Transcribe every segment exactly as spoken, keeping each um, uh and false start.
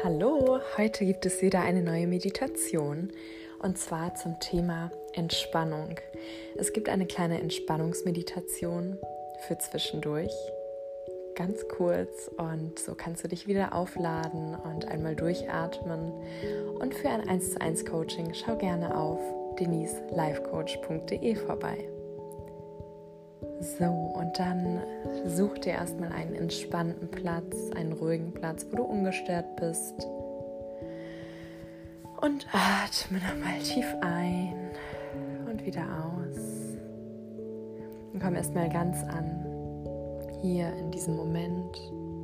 Hallo, heute gibt es wieder eine neue Meditation und zwar zum Thema Entspannung. Es gibt eine kleine Entspannungsmeditation für zwischendurch, ganz kurz, und so kannst du dich wieder aufladen und einmal durchatmen. Und für ein eins zu eins Coaching schau gerne auf denise life coach punkt de vorbei. So, und dann such dir erstmal einen entspannten Platz, einen ruhigen Platz, wo du ungestört bist. Und atme nochmal tief ein und wieder aus. Und komm erstmal ganz an, hier in diesem Moment.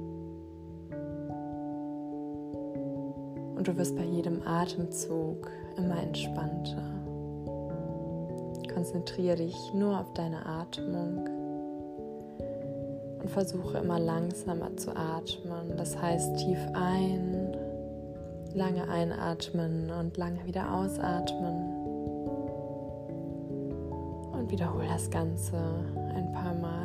Und du wirst bei jedem Atemzug immer entspannter. Konzentriere dich nur auf deine Atmung und versuche immer langsamer zu atmen. Das heißt, tief ein, lange einatmen und lange wieder ausatmen. Und wiederhole das Ganze ein paar Mal.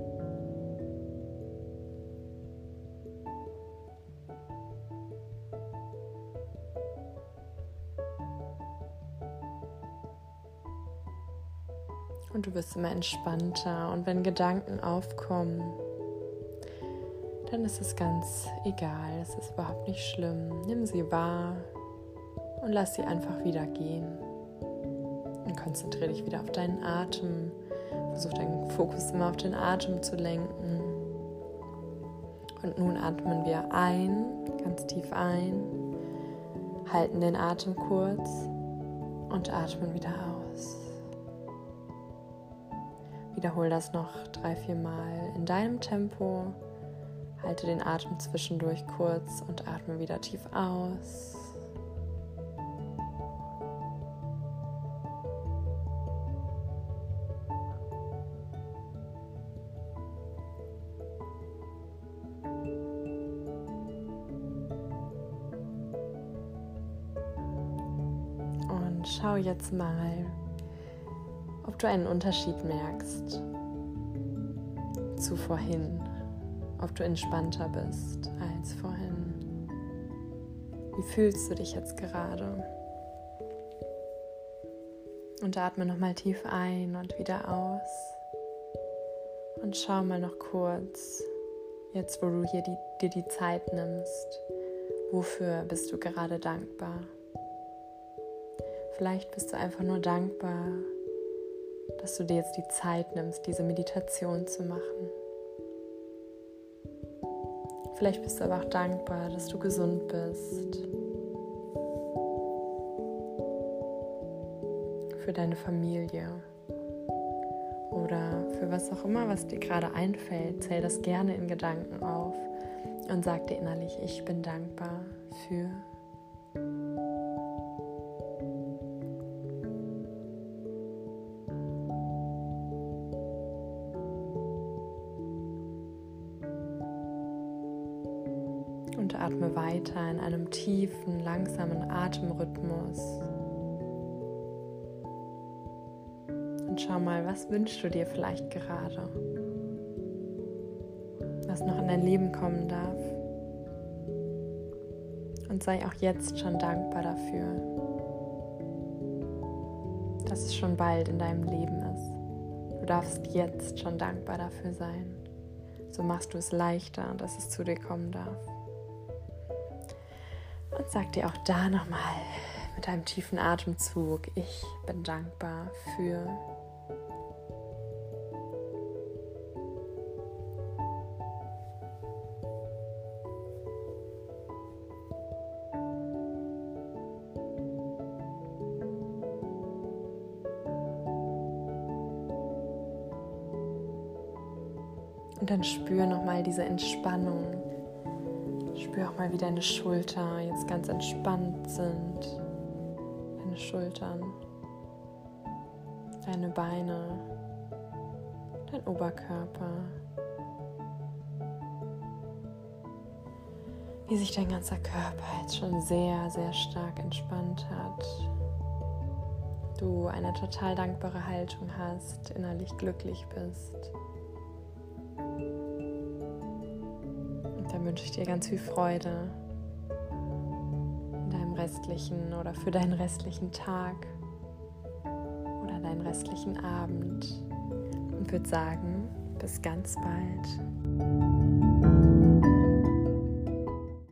Und du wirst immer entspannter. Und wenn Gedanken aufkommen, dann ist es ganz egal. Es ist überhaupt nicht schlimm. Nimm sie wahr und lass sie einfach wieder gehen. Und konzentriere dich wieder auf deinen Atem. Versuch deinen Fokus immer auf den Atem zu lenken. Und nun atmen wir ein, ganz tief ein, halten den Atem kurz und atmen wieder aus. Wiederhole das noch drei, vier Mal in deinem Tempo. Halte den Atem zwischendurch kurz und atme wieder tief aus. Und schau jetzt mal, ob du einen Unterschied merkst zu vorhin, ob du entspannter bist als vorhin. Wie fühlst du dich jetzt gerade? Und atme nochmal tief ein und wieder aus. Und schau mal noch kurz, jetzt wo du hier die, dir die Zeit nimmst, wofür bist du gerade dankbar? Vielleicht bist du einfach nur dankbar, dass du dir jetzt die Zeit nimmst, diese Meditation zu machen. Vielleicht bist du aber auch dankbar, dass du gesund bist. Für deine Familie. Oder für was auch immer, was dir gerade einfällt. Zähl das gerne in Gedanken auf und sag dir innerlich, ich bin dankbar für... Und atme weiter in einem tiefen, langsamen Atemrhythmus. Und schau mal, was wünschst du dir vielleicht gerade? Was noch in dein Leben kommen darf. Und sei auch jetzt schon dankbar dafür, dass es schon bald in deinem Leben ist. Du darfst jetzt schon dankbar dafür sein. So machst du es leichter, dass es zu dir kommen darf. Und sag dir auch da nochmal mit einem tiefen Atemzug, ich bin dankbar für... Und dann spür nochmal diese Entspannung. Spür auch mal, wie deine Schultern jetzt ganz entspannt sind. Deine Schultern, deine Beine, dein Oberkörper. Wie sich dein ganzer Körper jetzt schon sehr, sehr stark entspannt hat. Du eine total dankbare Haltung hast, innerlich glücklich bist. Dann wünsche ich dir ganz viel Freude deinem restlichen oder für deinen restlichen Tag oder deinen restlichen Abend und würde sagen, bis ganz bald.